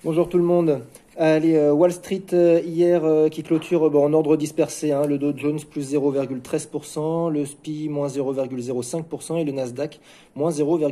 Bonjour tout le monde. Allez, Wall Street hier qui clôture en ordre dispersé, hein. Le Dow Jones plus 0,13%, le SPI moins 0,05% et le Nasdaq moins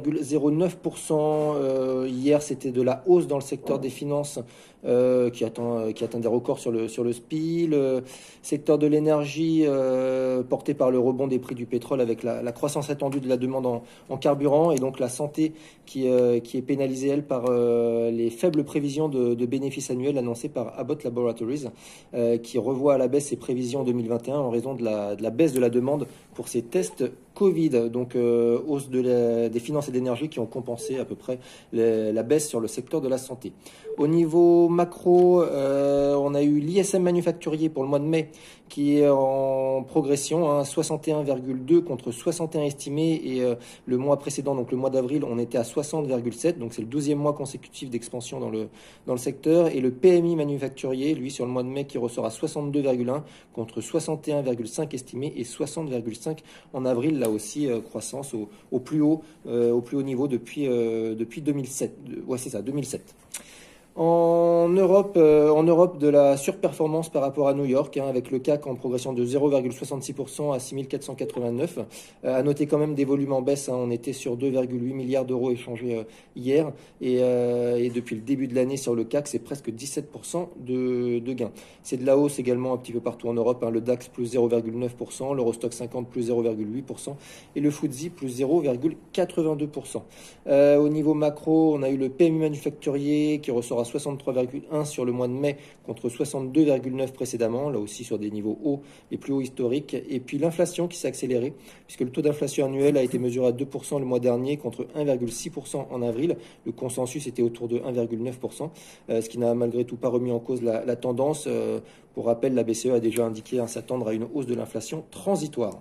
0,09%. Hier, c'était de la hausse dans le secteur des finances qui atteint des records sur le SPI. Le secteur de l'énergie porté par le rebond des prix du pétrole avec la croissance attendue de la demande en carburant et donc la santé qui est pénalisée, elle, par les faibles prévisions de bénéfices annuels annoncées par Abbott Laboratories, qui revoit à la baisse ses prévisions 2021 en raison de la baisse de la demande pour ces tests Covid. Donc hausse des finances et d'énergie qui ont compensé à peu près la baisse sur le secteur de la santé. Au niveau macro, on a eu l'ISM manufacturier pour le mois de mai qui est en progression, hein, 61,2 contre 61 estimé, et le mois précédent, donc le mois d'avril, on était à 60,7, donc c'est le 12e mois consécutif d'expansion dans le secteur. Et le PMI manufacturier, lui, sur le mois de mai, qui ressort à 62,1 contre 61,5 estimé et 60,5 en avril. Là aussi, croissance au plus haut niveau depuis 2007. Ouais, c'est ça, 2007. En Europe, de la surperformance par rapport à New York, hein, avec le CAC en progression de 0,66% à 6489. À noter quand même des volumes en baisse, hein. On était sur 2,8 milliards d'euros échangés hier, et depuis le début de l'année sur le CAC, c'est presque 17% de gains. C'est de la hausse également un petit peu partout en Europe, hein. Le DAX plus 0,9%, l'Eurostock 50 plus 0,8% et le FTSE plus 0,82%. Au niveau macro, on a eu le PMI manufacturier qui ressort à 63,1 sur le mois de mai contre 62,9 précédemment, là aussi sur des niveaux hauts, les plus hauts historiques. Et puis l'inflation qui s'est accélérée, puisque le taux d'inflation annuel a été mesuré à 2% le mois dernier contre 1,6% en avril. Le consensus était autour de 1,9%, ce qui n'a malgré tout pas remis en cause la tendance. Pour rappel, la BCE a déjà indiqué s'attendre à une hausse de l'inflation transitoire.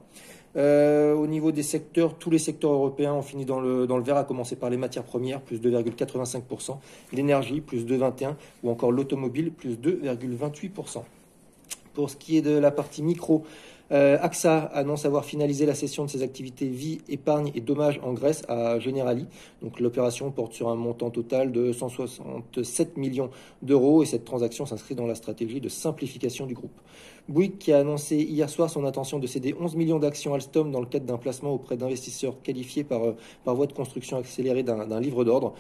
Au niveau des secteurs, tous les secteurs européens ont fini dans le vert, à commencer par les matières premières, plus 2,85%, l'énergie, plus 2,21%, ou encore l'automobile, plus 2,28%. Pour ce qui est de la partie micro, AXA annonce avoir finalisé la cession de ses activités vie, épargne et dommages en Grèce à Generali. Donc l'opération porte sur un montant total de 167 millions d'euros et cette transaction s'inscrit dans la stratégie de simplification du groupe. Bouygues qui a annoncé hier soir son intention de céder 11 millions d'actions Alstom dans le cadre d'un placement auprès d'investisseurs qualifiés par voie de construction accélérée d'un livre d'ordre.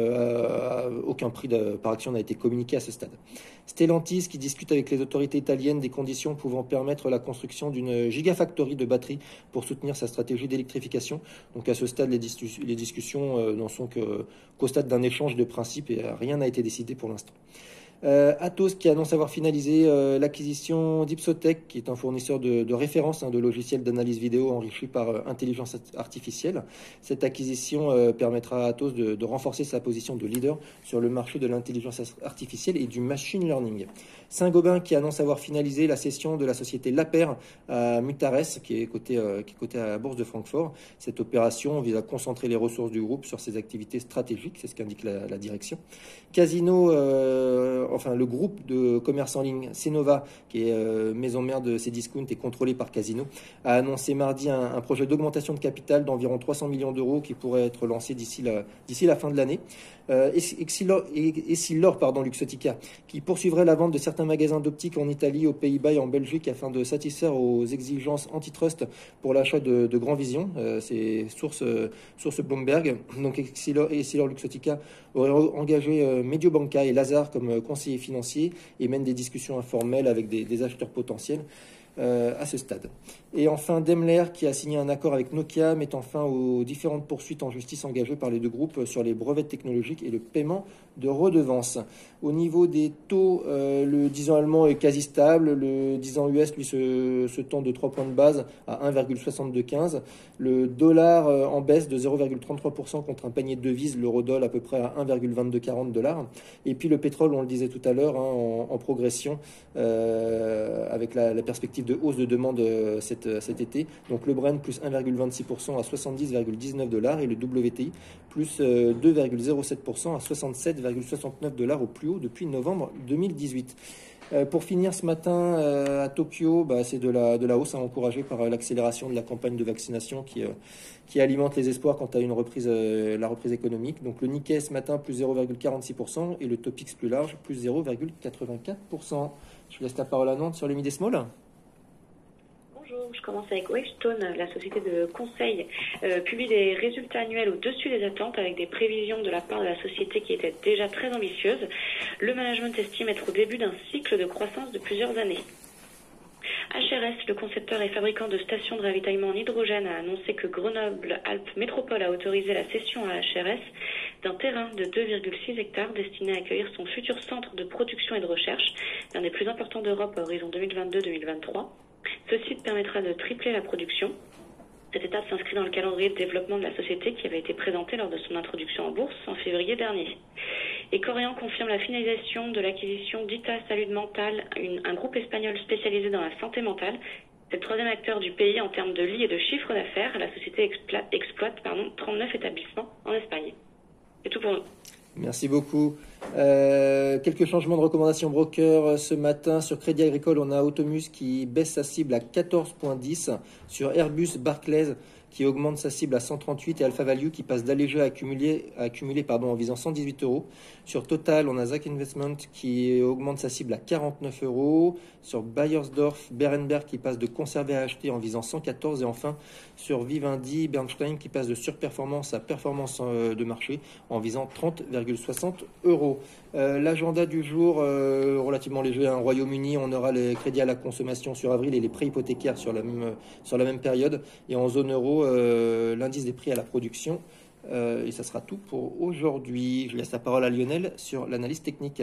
Aucun prix par action n'a été communiqué à ce stade. Stellantis qui discute avec les autorités italiennes des conditions pouvant permettre la construction d'une gigafactory de batteries pour soutenir sa stratégie d'électrification. Donc à ce stade, les discussions n'en sont qu'au stade d'un échange de principes et rien n'a été décidé pour l'instant. Atos qui annonce avoir finalisé l'acquisition d'Ipsotech, qui est un fournisseur de référence de logiciels d'analyse vidéo enrichis par intelligence artificielle. Cette acquisition permettra à Atos de renforcer sa position de leader sur le marché de l'intelligence artificielle et du machine learning. Saint-Gobain qui annonce avoir finalisé la cession de la société Lapper à Mutares, qui est cotée à la bourse de Francfort. Cette opération vise à concentrer les ressources du groupe sur ses activités stratégiques, c'est ce qu'indique la direction. Casino, le groupe de commerce en ligne Cnova, qui est maison mère de Cdiscount et contrôlé par Casino, a annoncé mardi un projet d'augmentation de capital d'environ 300 millions d'euros qui pourrait être lancé d'ici la fin de l'année. Essilor, Luxottica, qui poursuivrait la vente de certains magasins d'optique en Italie, aux Pays-Bas et en Belgique afin de satisfaire aux exigences antitrust pour l'achat de Grand Vision. C'est source Bloomberg. Donc Essilor Luxottica aurait engagé Mediobanca et Lazare comme conseillers financiers et mène des discussions informelles avec des acheteurs potentiels à ce stade. Et enfin, Daimler qui a signé un accord avec Nokia mettant fin aux différentes poursuites en justice engagées par les deux groupes sur les brevets technologiques et le paiement de redevances. Au niveau des taux, le 10 ans allemand est quasi stable, le 10 ans US lui se tend de 3 points de base à 1,6215, le dollar en baisse de 0,33% contre un panier de devises, l'euro-dollar à peu près à 1,2240 $, et puis le pétrole, on le disait tout à l'heure, en progression avec la perspective de hausse de demande cet été. Donc le Brent plus 1,26% à 70,19 $ et le WTI plus 2,07% à 67,69 $ au plus haut depuis novembre 2018. Pour finir ce matin à Tokyo, c'est de la hausse, hein, encouragée par l'accélération de la campagne de vaccination qui alimente les espoirs quant à une reprise, la reprise économique. Donc le Nikkei ce matin plus 0,46% et le Topix plus large plus 0,84%. Je laisse la parole à Nantes sur les mid small. Bonjour, je commence avec Wavestone. La société de conseil publie des résultats annuels au-dessus des attentes avec des prévisions de la part de la société qui étaient déjà très ambitieuses. Le management estime être au début d'un cycle de croissance de plusieurs années. HRS, le concepteur et fabricant de stations de ravitaillement en hydrogène, a annoncé que Grenoble-Alpes Métropole a autorisé la cession à HRS d'un terrain de 2,6 hectares destiné à accueillir son futur centre de production et de recherche, l'un des plus importants d'Europe à horizon 2022-2023. Ce site permettra de tripler la production. Cette étape s'inscrit dans le calendrier de développement de la société qui avait été présenté lors de son introduction en bourse en février dernier. Et Corian confirme la finalisation de l'acquisition d'Ita Salud Mental, un groupe espagnol spécialisé dans la santé mentale. C'est le troisième acteur du pays en termes de lits et de chiffre d'affaires. La société exploite 39 établissements en Espagne. C'est tout pour nous. Merci beaucoup. Quelques changements de recommandations broker ce matin. Sur Crédit Agricole, on a Automus qui baisse sa cible à 14,10. Sur Airbus, Barclays qui augmente sa cible à 138 et Alpha Value qui passe d'allégé à accumuler en visant 118 euros. Sur Total, on a Zach Investment qui augmente sa cible à 49 euros. Sur Bayersdorf, Berenberg qui passe de conserver à acheter en visant 114. Et enfin, sur Vivendi, Bernstein qui passe de surperformance à performance de marché en visant 30,60 euros. L'agenda du jour, relativement léger. En Royaume-Uni, on aura les crédits à la consommation sur avril et les prêts hypothécaires sur la même période. Et en zone euro, l'indice des prix à la production. Et ça sera tout pour aujourd'hui. Je laisse la parole à Lionel sur l'analyse technique.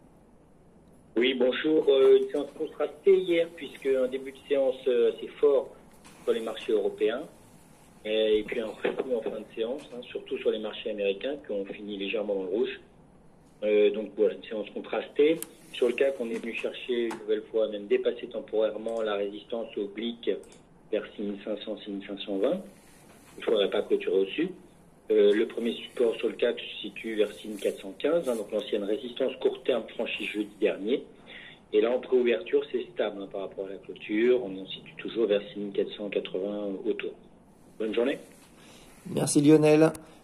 Oui, bonjour. Une séance contrastée hier, puisque un début de séance assez fort sur les marchés européens. Et puis un très coup en fin de séance, surtout sur les marchés américains qui ont fini légèrement dans le rouge. Donc voilà, une séance contrastée. Sur le CAC, on est venu chercher une nouvelle fois, même dépasser temporairement la résistance oblique vers 6500-6520. Il ne faudrait pas clôturer au-dessus. Le premier support sur le CAC se situe vers 6415, donc l'ancienne résistance court terme franchie jeudi dernier. Et là, en préouverture, c'est stable par rapport à la clôture. On se situe toujours vers 6480 autour. Bonne journée. Merci Lionel.